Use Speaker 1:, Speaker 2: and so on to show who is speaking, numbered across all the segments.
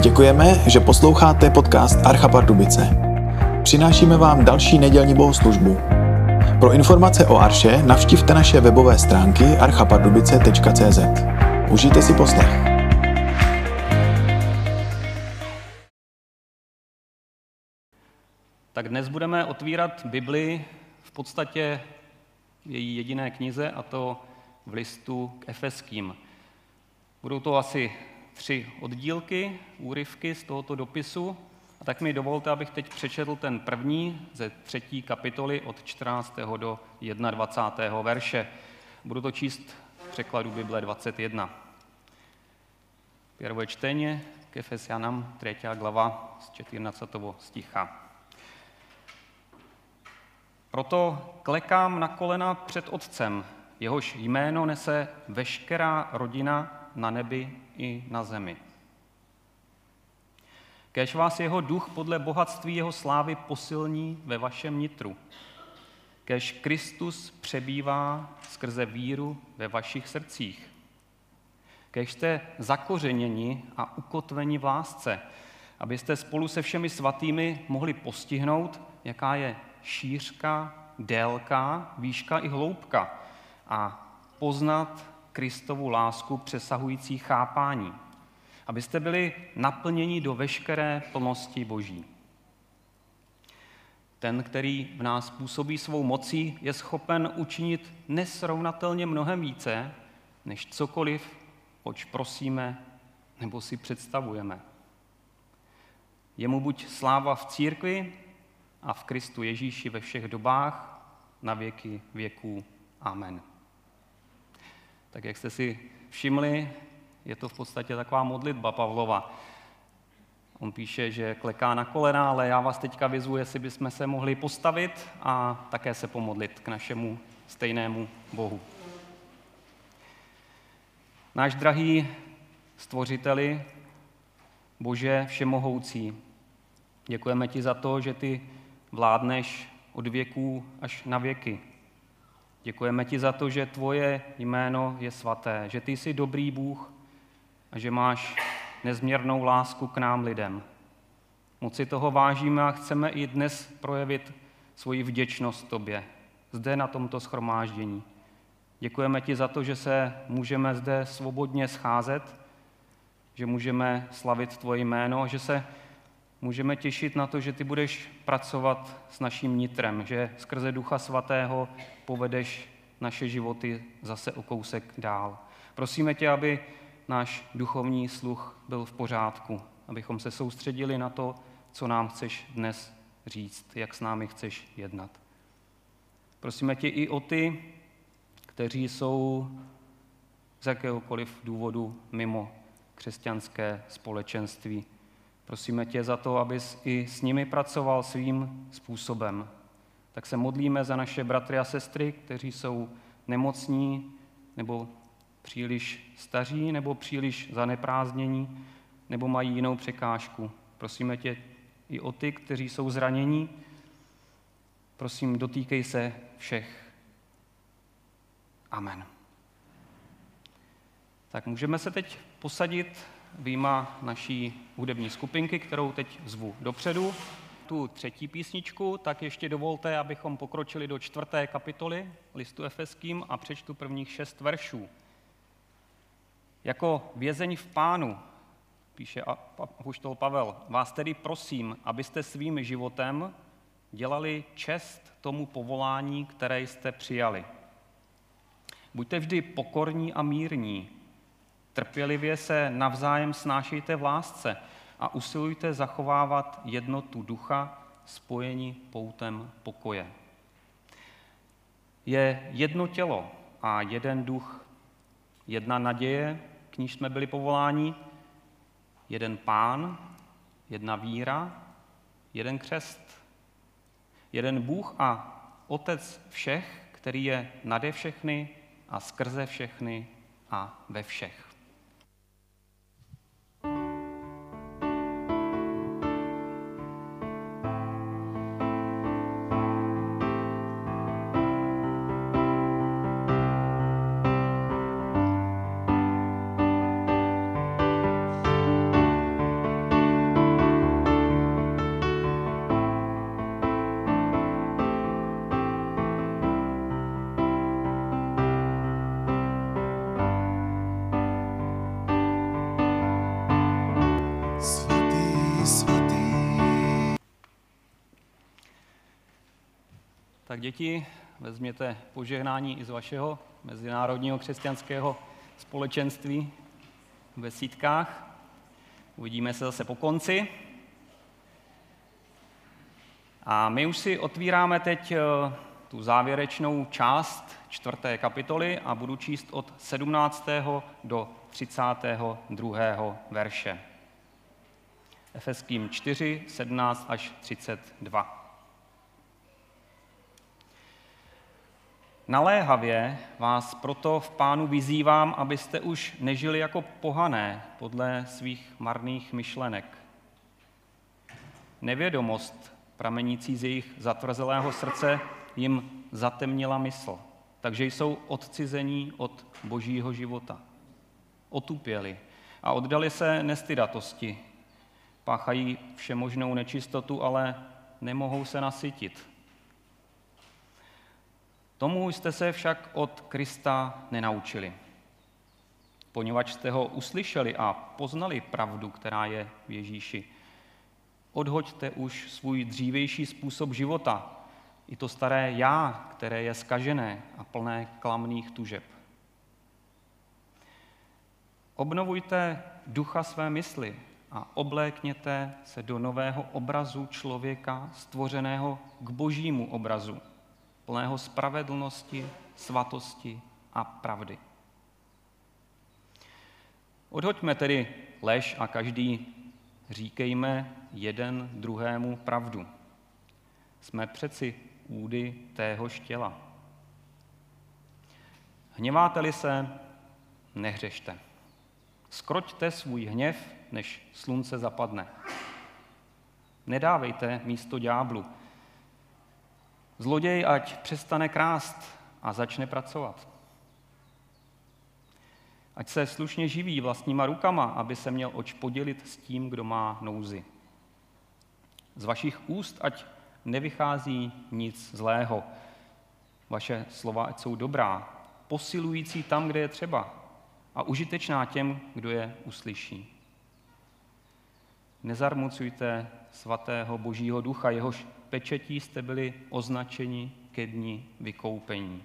Speaker 1: Děkujeme, že posloucháte podcast Archa Pardubice. Přinášíme vám další nedělní bohoslužbu. Pro informace o Arše navštivte naše webové stránky archapardubice.cz. Užijte si poslech.
Speaker 2: Tak dnes budeme otvírat Bibli v podstatě její jediné knize, a to v listu k Efeským. Budou to asi 3 oddílky, úryvky z tohoto dopisu. A tak mi dovolte, abych teď přečetl ten první ze 3. kapitoly od 14. do 21. verše. Budu to číst v překladu Bible 21. Prvé čtení k Efesianám, 3. glava z 14. sticha. Proto klekám na kolena před Otcem, jehož jméno nese veškerá rodina na nebi i na zemi. Kéž vás jeho duch podle bohatství jeho slávy posilní ve vašem nitru. Kéž Kristus přebývá skrze víru ve vašich srdcích. Kéž jste zakořeněni a ukotveni v lásce, abyste spolu se všemi svatými mohli postihnout, jaká je šířka, délka, výška i hloubka a poznat Kristovu lásku přesahující chápání, abyste byli naplněni do veškeré plnosti Boží. Ten, který v nás působí svou mocí, je schopen učinit nesrovnatelně mnohem více, než cokoliv, oč prosíme nebo si představujeme. Jemu buď sláva v církvi a v Kristu Ježíši ve všech dobách, na věky věků. Amen. Tak jak jste si všimli, je to v podstatě taková modlitba Pavlova. On píše, že kleká na kolena, ale já vás teďka vyzvu, jestli bychom se mohli postavit a také se pomodlit k našemu stejnému Bohu. Náš drahý Stvořiteli, Bože všemohoucí, děkujeme ti za to, že ty vládneš od věků až na věky. Děkujeme ti za to, že tvoje jméno je svaté, že ty jsi dobrý Bůh a že máš nezměrnou lásku k nám lidem. Moc si toho vážíme a chceme i dnes projevit svoji vděčnost tobě, zde na tomto shromáždění. Děkujeme ti za to, že se můžeme zde svobodně scházet, že můžeme slavit tvoje jméno a že se můžeme těšit na to, že ty budeš pracovat s naším nitrem, že skrze Ducha Svatého povedeš naše životy zase o kousek dál. Prosíme tě, aby náš duchovní sluch byl v pořádku, abychom se soustředili na to, co nám chceš dnes říct, jak s námi chceš jednat. Prosíme tě i o ty, kteří jsou z jakéhokoliv důvodu mimo křesťanské společenství. Prosíme tě za to, abys i s nimi pracoval svým způsobem. Tak se modlíme za naše bratry a sestry, kteří jsou nemocní, nebo příliš staří, nebo příliš zaneprázdnění, nebo mají jinou překážku. Prosíme tě i o ty, kteří jsou zranění. Prosím, dotýkej se všech. Amen. Tak můžeme se teď posadit vyjma naší hudební skupinky, kterou teď zvu dopředu. Tu 3. písničku, tak ještě dovolte, abychom pokročili do 4. kapitoly listu Efeským a přečtu prvních 6 veršů. Jako vězeň v Pánu, píše apoštol Pavel, vás tedy prosím, abyste svým životem dělali čest tomu povolání, které jste přijali. Buďte vždy pokorní a mírní, trpělivě se navzájem snášejte v lásce a usilujte zachovávat jednotu ducha spojení poutem pokoje. Je jedno tělo a jeden duch, jedna naděje, k níž jsme byli povoláni, jeden Pán, jedna víra, jeden křest, jeden Bůh a Otec všech, který je nade všechny a skrze všechny a ve všech. Tak děti, vezměte požehnání i z vašeho mezinárodního křesťanského společenství ve Sítkách. Uvidíme se zase po konci. A my už si otvíráme teď tu závěrečnou část 4. kapitoly a budu číst od 17. do 32. verše. Efeským 4, 17 až 32. Naléhavě vás proto v Pánu vyzývám, abyste už nežili jako pohané podle svých marných myšlenek. Nevědomost pramenící z jejich zatvrzelého srdce jim zatemnila mysl, takže jsou odcizení od božího života. Otupěli a oddali se nestydatosti. Páchají všemožnou nečistotu, ale nemohou se nasytit. Tomu jste se však od Krista nenaučili, poněvadž jste ho uslyšeli a poznali pravdu, která je v Ježíši. Odhoďte už svůj dřívější způsob života, i to staré já, které je zkažené a plné klamných tužeb. Obnovujte ducha své mysli a oblékněte se do nového obrazu člověka stvořeného k božímu obrazu, plného spravedlnosti, svatosti a pravdy. Odhoďme tedy lež a každý říkejme jeden druhému pravdu. Jsme přeci údy téhož těla. Hněváte-li se, nehřešte. Skroťte svůj hněv, než slunce zapadne. Nedávejte místo ďáblu. Zloděj ať přestane krást a začne pracovat. Ať se slušně živí vlastníma rukama, aby se měl oč podělit s tím, kdo má nouzi. Z vašich úst ať nevychází nic zlého. Vaše slova ať jsou dobrá, posilující tam, kde je třeba a užitečná těm, kdo je uslyší. Nezarmucujte svatého božího ducha, jehož pečetí jste byli označeni ke dni vykoupení.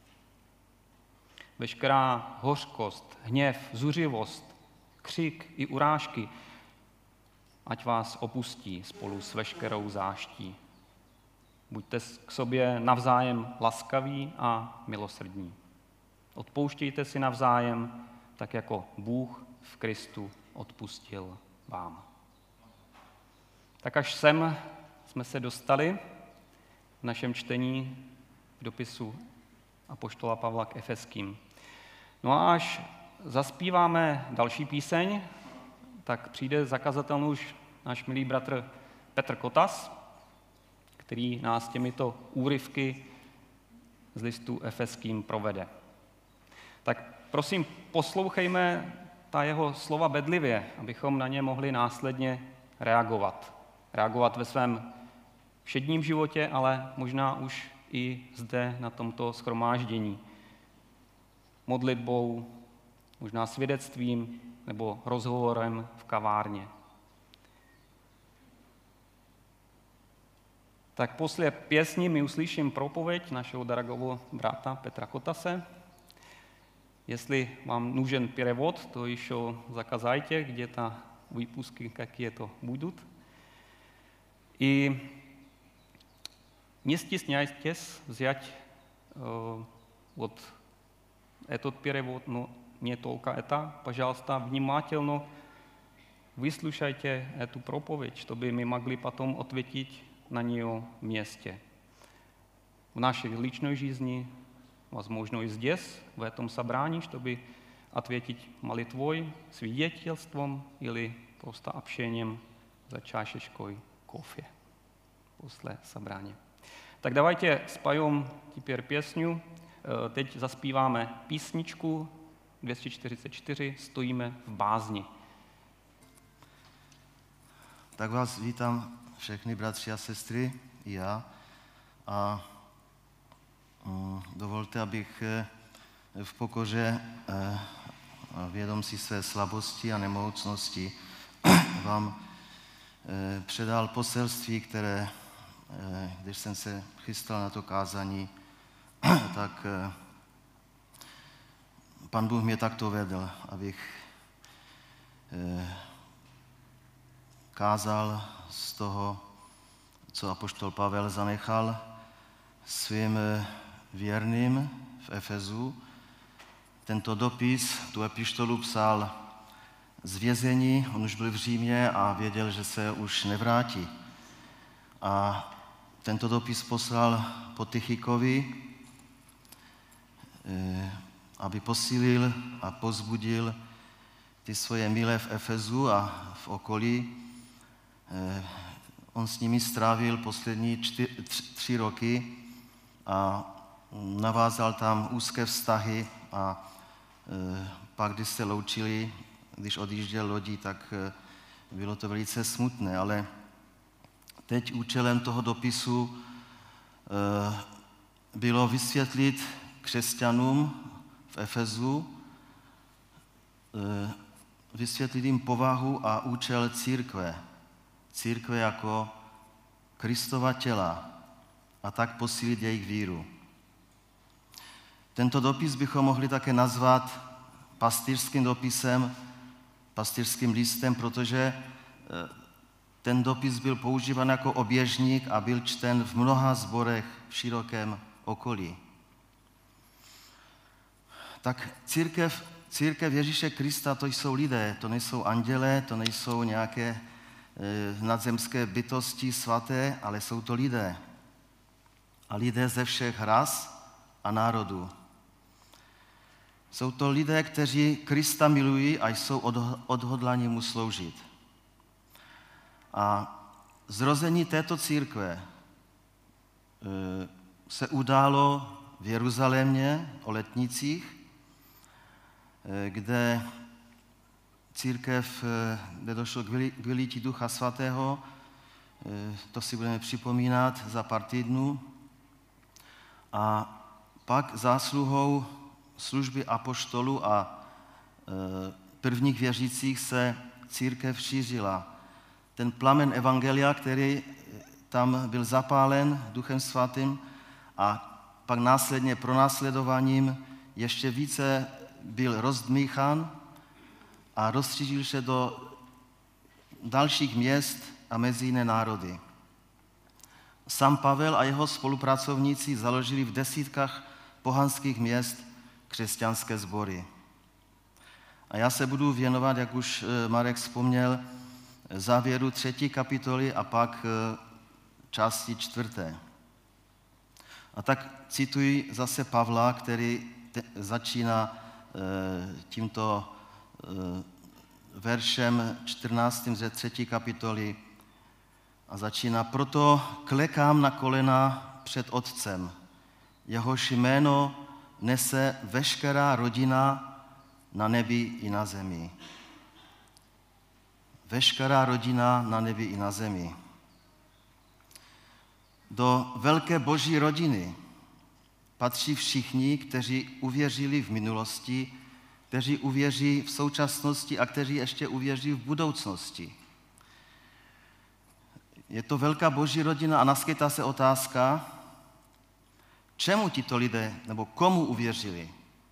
Speaker 2: Veškerá hořkost, hněv, zuřivost, křik i urážky, ať vás opustí spolu s veškerou záští. Buďte k sobě navzájem laskaví a milosrdní. Odpouštějte si navzájem, tak jako Bůh v Kristu odpustil vám. Tak až sem jsme se dostali v našem čtení v dopisu apoštola Pavla k Efeským. No a až zaspíváme další píseň, tak přijde zakazatelnou už náš milý bratr Petr Kotas, který nás těmito úryvky z listu Efeským provede. Tak prosím, poslouchejme ta jeho slova bedlivě, abychom na ně mohli následně reagovat. Reagovat ve svém všedním životě, ale možná už i zde na tomto shromáždění. Modlitbou, možná svědectvím nebo rozhovorem v kavárně. Tak posle pěsni my uslyším propověď našeho drahého brata Petra Kotase. Jestli vám нужен перевод, то еще заказайте где-то выпуски какие-то будут. И не стесняйтесь взять вот этот перевод, но не только это. Пожалуйста, внимательно выслушайте эту проповедь, чтобы мы могли потом ответить на нее вместе. В нашей личной жизни, возможно, и здесь, в этом собрании, чтобы ответить молитвой, свидетельством или просто общением за чашечкой кофе после собрания. Tak давайте споем теперь песню. Teď zaspíváme písničku 244, Stojíme v bázni.
Speaker 3: Tak vás vítám všechny bratři a sestry, i já. A dovolte, abych v pokoře a vědom si své slabosti a nemohoucnosti vám předal poselství, které když jsem se chystal na to kázání, tak Pan Bůh mě takto vedl, abych kázal z toho, co apoštol Pavel zanechal svým věrným v Efezu. Tento dopis, tu epištolu psal z vězení, on už byl v Římě a věděl, že se už nevrátí. A tento dopis poslal po Tychikovi, aby posílil a pozbudil ty svoje milé v Efezu a v okolí. On s nimi strávil poslední 3 roky a navázal tam úzké vztahy a pak, když se loučili, když odjížděl lodí, tak bylo to velice smutné, ale teď účelem toho dopisu bylo vysvětlit křesťanům v Efezu, vysvětlit jim povahu a účel církve. Církve jako Kristova těla a tak posílit jejich víru. Tento dopis bychom mohli také nazvat pastýřským dopisem, pastýřským listem, protože ten dopis byl používán jako oběžník a byl čten v mnoha sborech v širokém okolí. Tak církev Ježíše Krista, to jsou lidé, to nejsou andělé, to nejsou nějaké nadzemské bytosti svaté, ale jsou to lidé. A lidé ze všech ras a národů. Jsou to lidé, kteří Krista milují a jsou odhodláni mu sloužit. A zrození této církve se událo v Jeruzalémě o Letnicích, kde církev, kde došlo k vylití Ducha Svatého, to si budeme připomínat za pár týdnů. A pak zásluhou služby apoštolů a prvních věřících se církev šířila. Ten plamen evangelia, který tam byl zapálen Duchem Svatým a pak následně pronásledováním ještě více byl rozdmýchán a rozšířil se do dalších měst a mezi jiné národy. Sám Pavel a jeho spolupracovníci založili v desítkách pohanských měst křesťanské sbory. A já se budu věnovat, jak už Marek vzpomněl, závěru 3. kapitoly a pak části 4. A tak cituji zase Pavla, který začíná tímto veršem 14. ze 3. kapitoly a začíná: proto klekám na kolena před Otcem, jehož jméno nese veškerá rodina na nebi i na zemi. Veškerá rodina na nebi i na zemi. Do velké boží rodiny patří všichni, kteří uvěřili v minulosti, kteří uvěří v současnosti a kteří ještě uvěří v budoucnosti. Je to velká boží rodina a naskytá se otázka, čemu tito lidé, nebo komu uvěřili?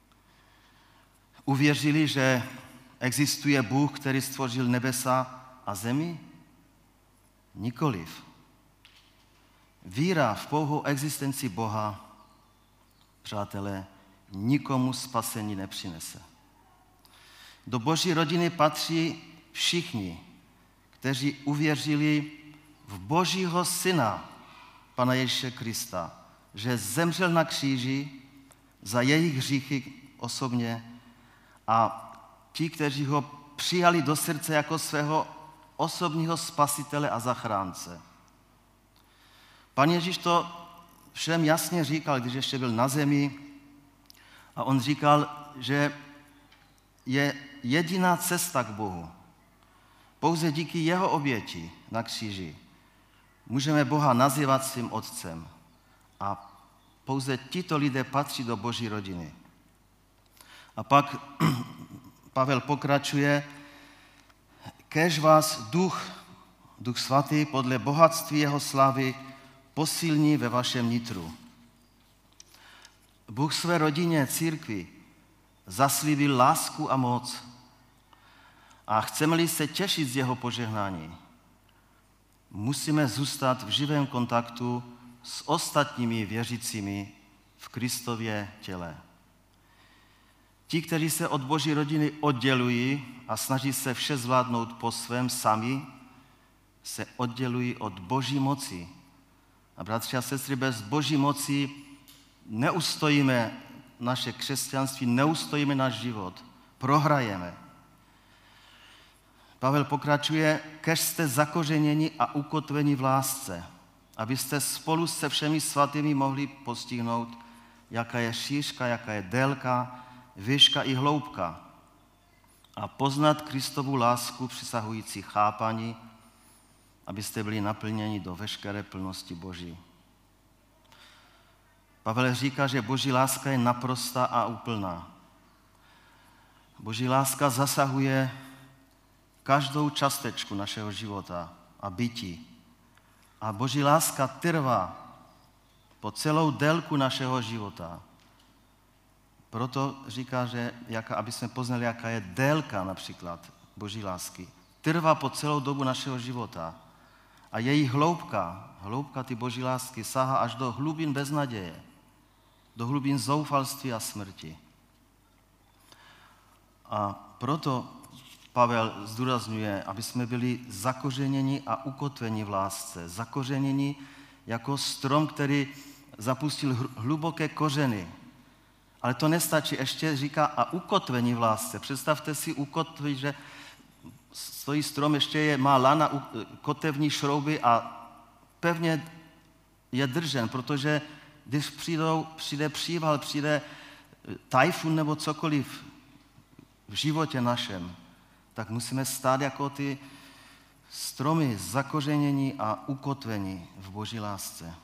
Speaker 3: Uvěřili, že existuje Bůh, který stvořil nebesa a zemi? Nikoliv. Víra v pouhou existenci Boha, přátelé, nikomu spasení nepřinese. Do boží rodiny patří všichni, kteří uvěřili v Božího Syna, Pana Ježíše Krista, že zemřel na kříži za jejich hříchy osobně a ti, kteří ho přijali do srdce jako svého osobního spasitele a zachránce. Pan Ježíš to všem jasně říkal, když ještě byl na zemi, a on říkal, že je jediná cesta k Bohu. Pouze díky jeho oběti na kříži můžeme Boha nazývat svým Otcem. A pouze tito lidé patří do boží rodiny. A pak Pavel pokračuje: kéž vás Duch Svatý podle bohatství jeho slávy posilní ve vašem nitru. Bůh své rodině, církvi, zaslíbil lásku a moc. A chceme-li se těšit z jeho požehnání, musíme zůstat v živém kontaktu s ostatními věřícími v Kristově těle. Ti, kteří se od Boží rodiny oddělují a snaží se vše zvládnout po svém sami, se oddělují od Boží moci. A bratři a sestry, bez Boží moci neustojíme naše křesťanství, neustojíme náš život, prohrajeme. Pavel pokračuje, kež jste zakořeněni a ukotveni v lásce, abyste spolu se všemi svatými mohli postihnout, jaká je šířka, jaká je délka, výška i hloubka a poznat Kristovu lásku přisahující chápání, abyste byli naplněni do veškeré plnosti Boží. Pavel říká, že Boží láska je naprostá a úplná. Boží láska zasahuje každou částečku našeho života a bytí. A Boží láska trvá po celou délku našeho života. Proto říká, že aby jsme poznali, jaká je délka například Boží lásky. Trvá po celou dobu našeho života. A její hloubka ty Boží lásky sahá až do hlubin beznaděje, do hlubin zoufalství a smrti. A proto Pavel zdůrazňuje, aby jsme byli zakořeněni a ukotveni v lásce. Zakořeněni jako strom, který zapustil hluboké kořeny. Ale to nestačí, ještě říká a ukotveni v lásce. Představte si ukotvit, že stojí strom, ještě má lana kotevní šrouby a pevně je držen, protože když přijde příval, přijde tajfun nebo cokoliv v životě našem, tak musíme stát jako ty stromy zakořenění a ukotvení v Boží lásce.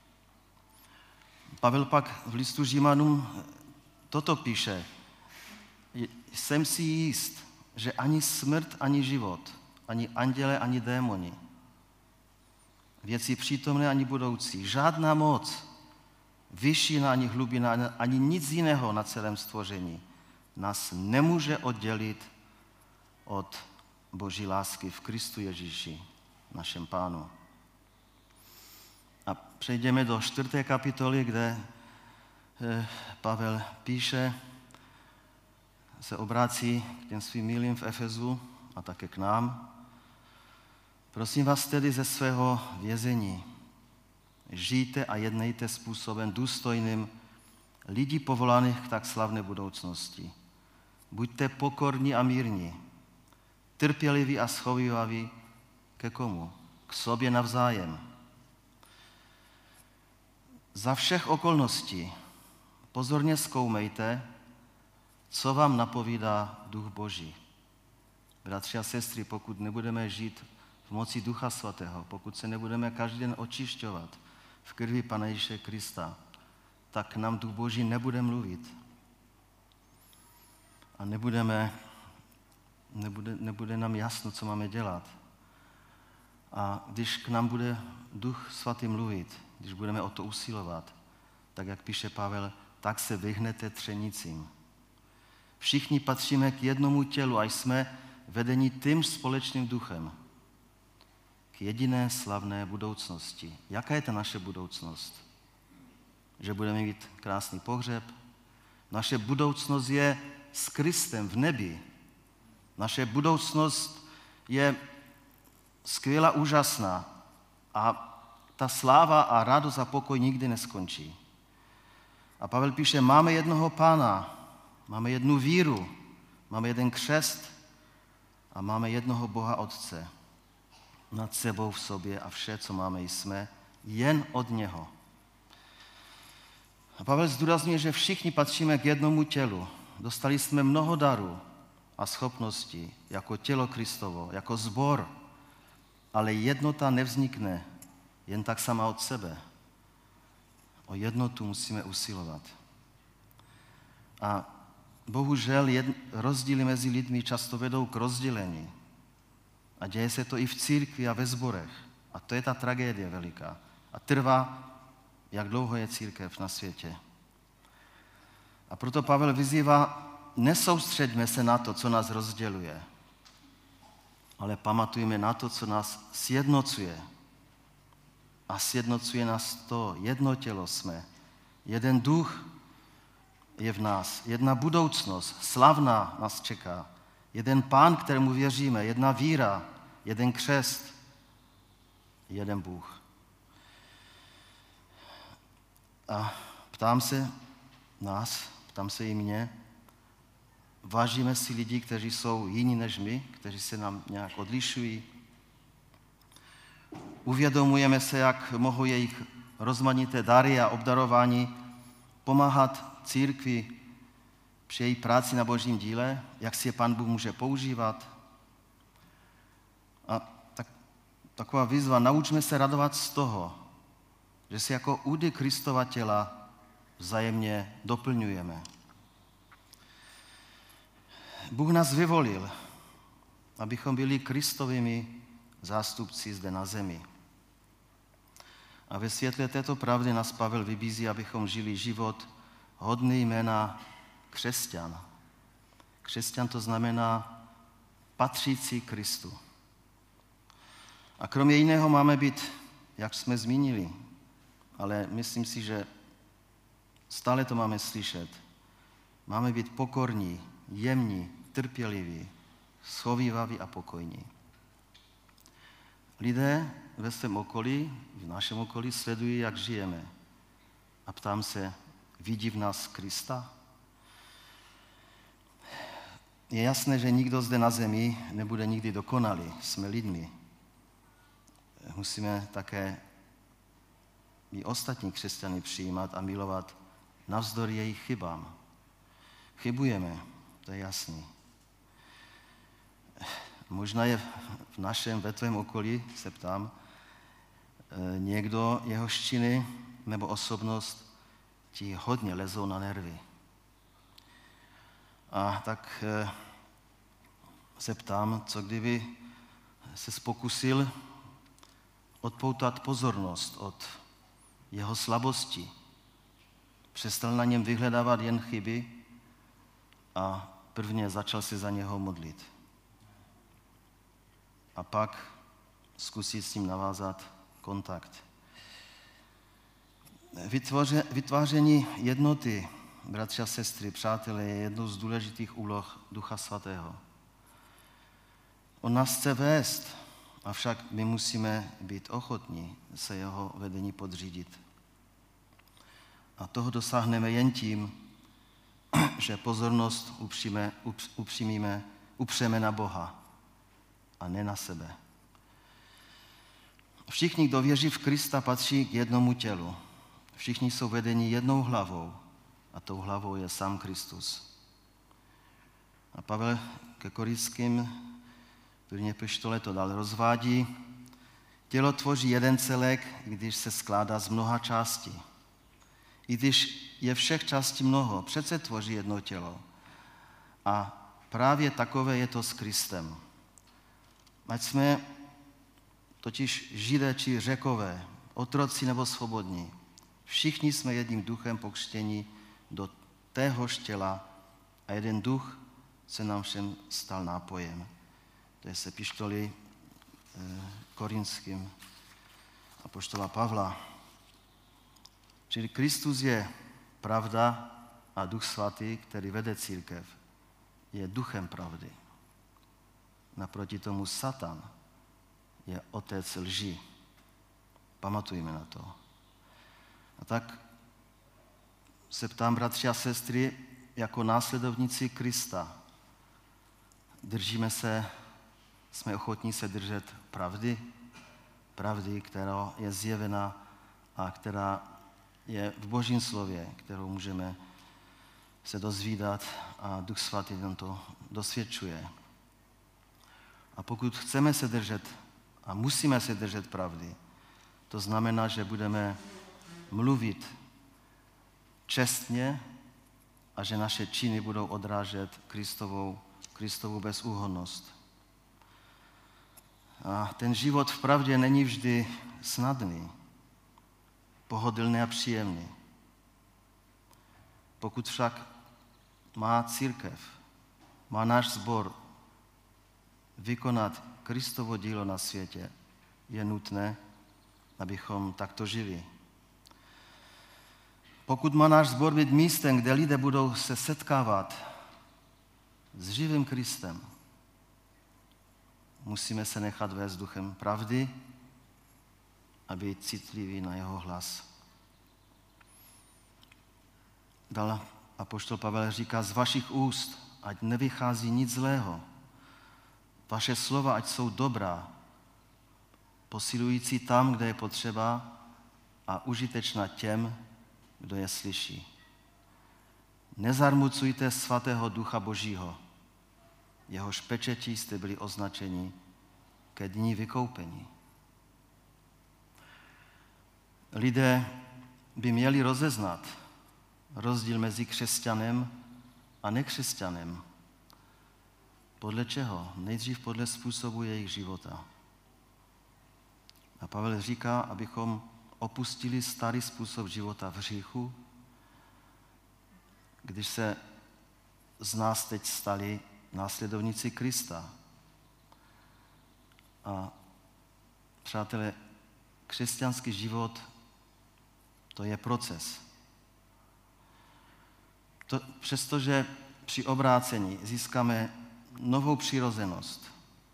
Speaker 3: Pavel pak v listu Římanům toto píše. Jsem si jist, že ani smrt, ani život, ani anděle, ani démoni, věci přítomné, ani budoucí, žádná moc, vyššina, ani hlubina, ani nic jiného na celém stvoření nás nemůže oddělit od Boží lásky v Kristu Ježíši, našem Pánu. A přejdeme do 4. kapitoly, kde Pavel píše, se obrácí k těm svým milým v Efezu a také k nám. Prosím vás tedy ze svého vězení, žijte a jednejte způsobem důstojným lidí povolaných k tak slavné budoucnosti. Buďte pokorní a mírní, trpěliví a shovívaví ke komu? K sobě navzájem. Za všech okolností pozorně zkoumejte, co vám napovídá Duch Boží. Bratři a sestry, pokud nebudeme žít v moci Ducha Svatého, pokud se nebudeme každý den očišťovat v krvi Pana Ježíše Krista, tak nám Duch Boží nebude mluvit. A nebude nám jasno, co máme dělat. A když k nám bude Duch Svatý mluvit, když budeme o to usilovat, tak jak píše Pavel, tak se vyhnete třenicím. Všichni patříme k jednomu tělu a jsme vedeni tím společným duchem k jediné slavné budoucnosti. Jaká je ta naše budoucnost? Že budeme mít krásný pohřeb? Naše budoucnost je s Kristem v nebi. Naše budoucnost je skvělá, úžasná a ta sláva a radost a pokoj nikdy neskončí. A Pavel píše, máme jednoho Pána, máme jednu víru, máme jeden křest a máme jednoho Boha Otce nad sebou v sobě a vše, co máme, jsme jen od něho. A Pavel zdůrazňuje, že všichni patříme k jednomu tělu. Dostali jsme mnoho darů a schopností jako tělo Kristovo, jako sbor, ale jednota nevznikne jen tak sama od sebe. O jednotu musíme usilovat. A bohužel rozdíly mezi lidmi často vedou k rozdělení. A děje se to i v církvi a ve sborech. A to je ta tragédie veliká. a trvá, jak dlouho je církev na světě. A proto Pavel vyzývá, nesoustřeďme se na to, co nás rozděluje, ale pamatujme na to, co nás sjednocuje. A sjednocuje nás to, jedno tělo jsme, jeden duch je v nás, jedna budoucnost, slavná nás čeká, jeden Pán, kterému věříme, jedna víra, jeden křest, jeden Bůh. A ptám se nás, ptám se i mě, vážíme si lidi, kteří jsou jiní než my, kteří se nám nějak odlišují? Uvědomujeme se, jak mohou jejich rozmanité dary a obdarování pomáhat církvi při její práci na božím díle, jak si je Pán Bůh může používat. A taková výzva, naučme se radovat z toho, že si jako údy Kristova těla vzájemně doplňujeme. Bůh nás vyvolil, abychom byli Kristovými zástupci zde na zemi. A ve světle této pravdy nás Pavel vybízí, abychom žili život hodný jména křesťan. Křesťan to znamená patřící Kristu. A kromě jiného máme být, jak jsme zmínili, ale myslím si, že stále to máme slyšet. Máme být pokorní, jemní, trpěliví, shovívaví a pokojní. Lidé ve svém okolí, v našem okolí sledují, jak žijeme. A ptám se, vidí v nás Krista? Je jasné, že nikdo zde na zemi nebude nikdy dokonalý. Jsme lidmi. Musíme také i ostatní křesťany přijímat a milovat navzdory jejich chybám. Chybujeme, to je jasný. Možná je v našem, ve tvém okolí, se ptám, někdo, jehož činy nebo osobnost ti hodně lezou na nervy. A tak se ptám, co kdyby se pokusil odpoutat pozornost od jeho slabosti. Přestal na něm vyhledávat jen chyby a prvně začal se za něho modlit. A pak zkusit s ním navázat kontakt. Vytváření jednoty, bratři a sestry, přátelé, je jednou z důležitých úloh Ducha Svatého. On nás chce vést, avšak my musíme být ochotní se jeho vedení podřídit. A toho dosáhneme jen tím, že pozornost upřeme na Boha a ne na sebe. Všichni, kdo věří v Krista, patří k jednomu tělu. Všichni jsou vedeni jednou hlavou a tou hlavou je sám Kristus. A Pavel ke Korinským v první epištole to dál rozvádí. Tělo tvoří jeden celek, když se skládá z mnoha částí. I když je všech částí mnoho, přece tvoří jedno tělo. A právě takové je to s Kristem. Ať jsme totiž Židé či Řekové, otroci nebo svobodní, všichni jsme jedním duchem pokřtěni do téhož těla a jeden duch se nám všem stal nápojem. To je z epištoly Korinským apoštola Pavla. Čili Kristus je pravda a Duch Svatý, který vede církev, je duchem pravdy. Naproti tomu Satan je otec lži. Pamatujme na to. A tak se ptám, bratři a sestry, jako následovníci Krista, jsme ochotní se držet pravdy, která je zjevena a která je v Božím slově, kterou můžeme se dozvídat a Duch Svatý nám to dosvědčuje. A pokud chceme se držet a musíme se držet pravdy, to znamená, že budeme mluvit čestně a že naše činy budou odrážet Kristovu bezúhonnost. A ten život v pravdě není vždy snadný. pohodlný a příjemný. Pokud však má církev, má náš sbor vykonat Kristovo dílo na světě, je nutné, abychom takto žili. Pokud má náš sbor být místem, kde lidé budou se setkávat s živým Kristem, musíme se nechat vést duchem pravdy a být citliví na jeho hlas. Dál apoštol Pavel říká, z vašich úst ať nevychází nic zlého. Vaše slova ať jsou dobrá, posilující tam, kde je potřeba a užitečná těm, kdo je slyší. Nezarmucujte svatého Ducha Božího, jehož pečetí jste byli označeni ke dni vykoupení. Lidé by měli rozeznat rozdíl mezi křesťanem a nekřesťanem. Podle čeho? Nejdřív podle způsobu jejich života. A Pavel říká, abychom opustili starý způsob života v hříchu, když se z nás teď stali následovníci Krista. A přátelé, křesťanský život, to je proces. Přestože při obrácení získáme novou přirozenost,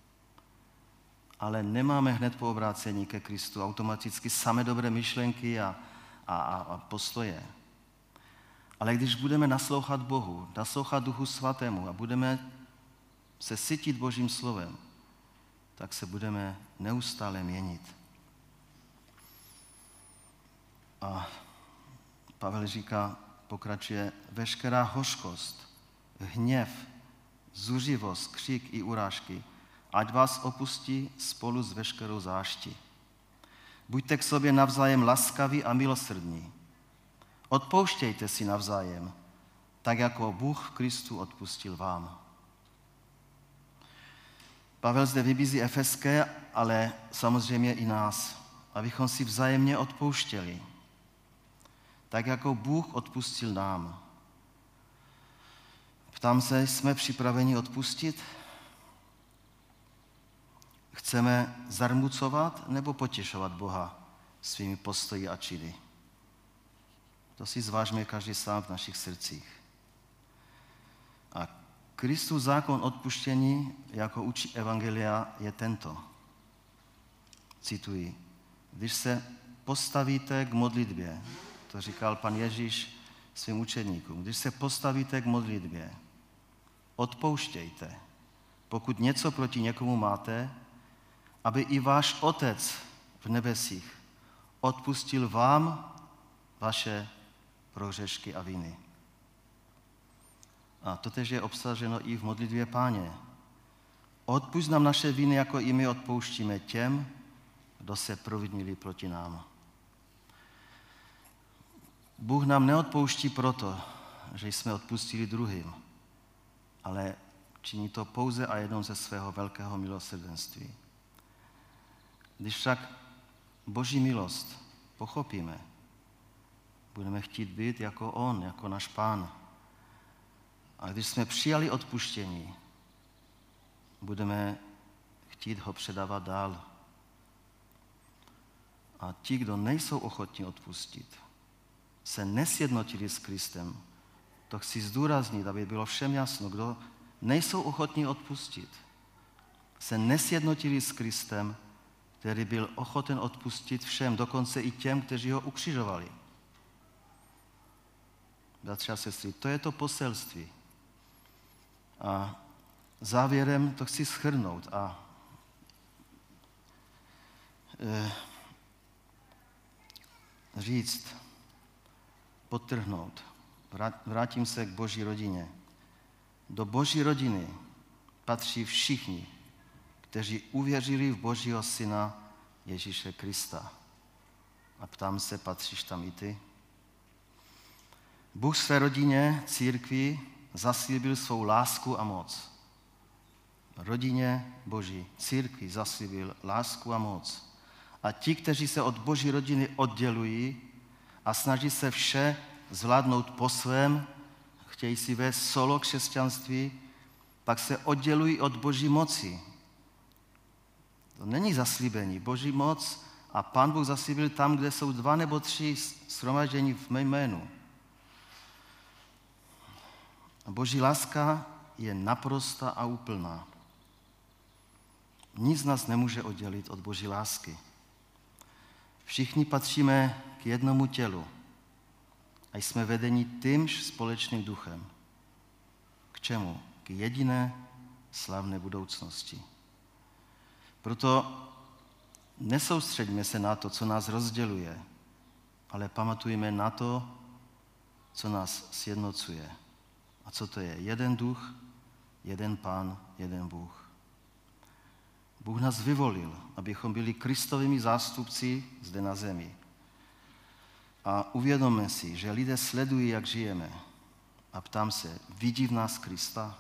Speaker 3: ale nemáme hned po obrácení ke Kristu automaticky samé dobré myšlenky a postoje. Ale když budeme naslouchat Bohu, naslouchat Duchu Svatému a budeme se sytit Božím slovem, tak se budeme neustále měnit. A Pavel říká, pokračuje, veškerá hořkost, hněv, zuřivost, křik i urážky, ať vás opustí spolu s veškerou záští. Buďte k sobě navzájem laskaví a milosrdní. Odpouštějte si navzájem, tak jako Bůh v Kristu odpustil vám. Pavel zde vybízí Efeské, ale samozřejmě i nás, abychom si vzájemně odpouštěli, tak jako Bůh odpustil nám. Ptám se, jsme připraveni odpustit? Chceme zarmucovat nebo potěšovat Boha svými postoji a činy? To si zvážme každý sám v našich srdcích. A Kristův zákon odpuštění, jako učí Evangelia, je tento. Cituji. Když se postavíte k modlitbě, to říkal pan Ježíš svým učedníkům, když se postavíte k modlitbě, odpouštějte, pokud něco proti někomu máte, aby i váš Otec v nebesích odpustil vám vaše prohřešky a viny. A totéž je obsaženo i v modlitbě Páně. Odpusť nám naše viny, jako i my odpouštíme těm, kdo se provinili proti nám. Bůh nám neodpouští proto, že jsme odpustili druhým, ale činí to pouze a jenom ze svého velkého milosrdenství. Když však Boží milost pochopíme, budeme chtít být jako On, jako náš Pán. A když jsme přijali odpuštění, budeme chtít ho předávat dál. A ti, kdo nejsou ochotní odpustit, se nesjednotili s Kristem. To chci zdůraznit, aby bylo všem jasno, kdo nejsou ochotní odpustit, se nesjednotili s Kristem, který byl ochoten odpustit všem, dokonce i těm, kteří ho ukřižovali. Bratři a sestry, to je to poselství. A závěrem to chci shrnout a říct, podtrhnout. Vrátím se k Boží rodině. Do Boží rodiny patří všichni, kteří uvěřili v Božího Syna Ježíše Krista. A ptám se, patříš tam i ty? Bůh své rodině, církvi, zaslíbil svou lásku a moc. Rodině Boží, církvi zaslíbil lásku a moc. A ti, kteří se od Boží rodiny oddělují, a snaží se vše zvládnout po svém, chtějí si vést solo křesťanství, pak se oddělují od Boží moci. To není zaslíbení. Boží moc a Pán Bůh zaslíbil tam, kde jsou 2 nebo 3 shromaždění v mém jménu. A Boží láska je naprostá a úplná. Nic nás nemůže oddělit od Boží lásky. Všichni patříme k jednomu tělu a jsme vedeni týmž společným duchem. K čemu? K jediné slavné budoucnosti. Proto nesoustřeďme se na to, co nás rozděluje, ale pamatujme na to, co nás sjednocuje. A co to je? Jeden duch, jeden Pán, jeden Bůh. Bůh nás vyvolil, abychom byli Kristovými zástupci zde na zemi. A uvědomme si, že lidé sledují, jak žijeme. A ptám se, vidí v nás Krista?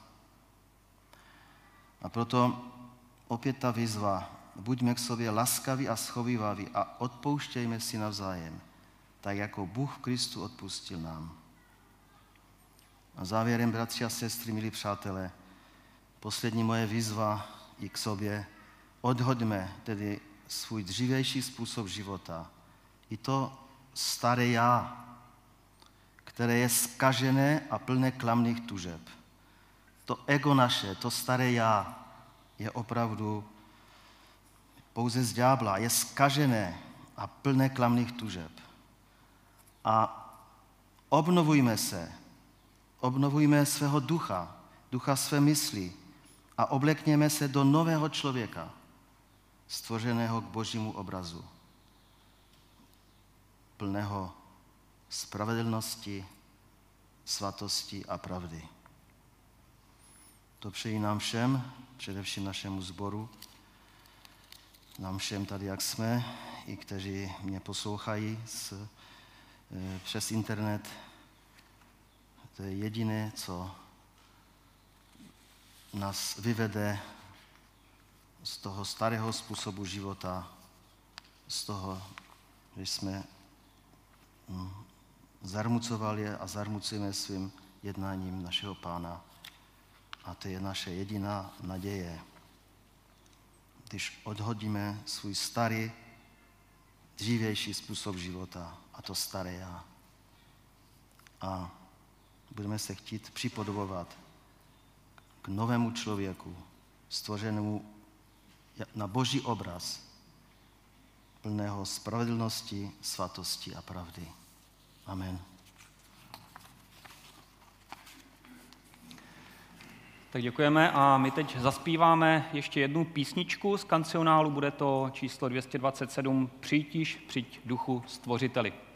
Speaker 3: A proto opět ta výzva, buďme k sobě laskaví a schovývaví a odpouštějme si navzájem, tak jako Bůh v Kristu odpustil nám. A závěrem, bratři a sestry, milí přátelé, poslední moje výzva i k sobě, odhoďme tedy svůj dřívější způsob života. I to staré já, které je zkažené a plné klamných tužeb. To ego naše, to staré já, je opravdu pouze z ďábla, je zkažené a plné klamných tužeb. A obnovujme se, obnovujme svého ducha své mysli a oblekněme se do nového člověka, stvořeného k Božímu obrazu, plného spravedlnosti, svatosti a pravdy. To přeji nám všem, především našemu sboru, nám všem tady, jak jsme, i kteří mě poslouchají přes internet. To je jediné, co nás vyvede z toho starého způsobu života, z toho, že jsme zarmucovali a zarmucujeme svým jednáním našeho Pána. A to je naše jediná naděje. Když odhodíme svůj starý, dřívější způsob života, a to staré já. A budeme se chtít připodobovat k novému člověku, stvořenému na Boží obraz, plného spravedlnosti, svatosti a pravdy. Amen.
Speaker 2: Tak děkujeme a my teď zaspíváme ještě jednu písničku z kancionálu, bude to číslo 227 Přijď již, přijď duchu stvořiteli.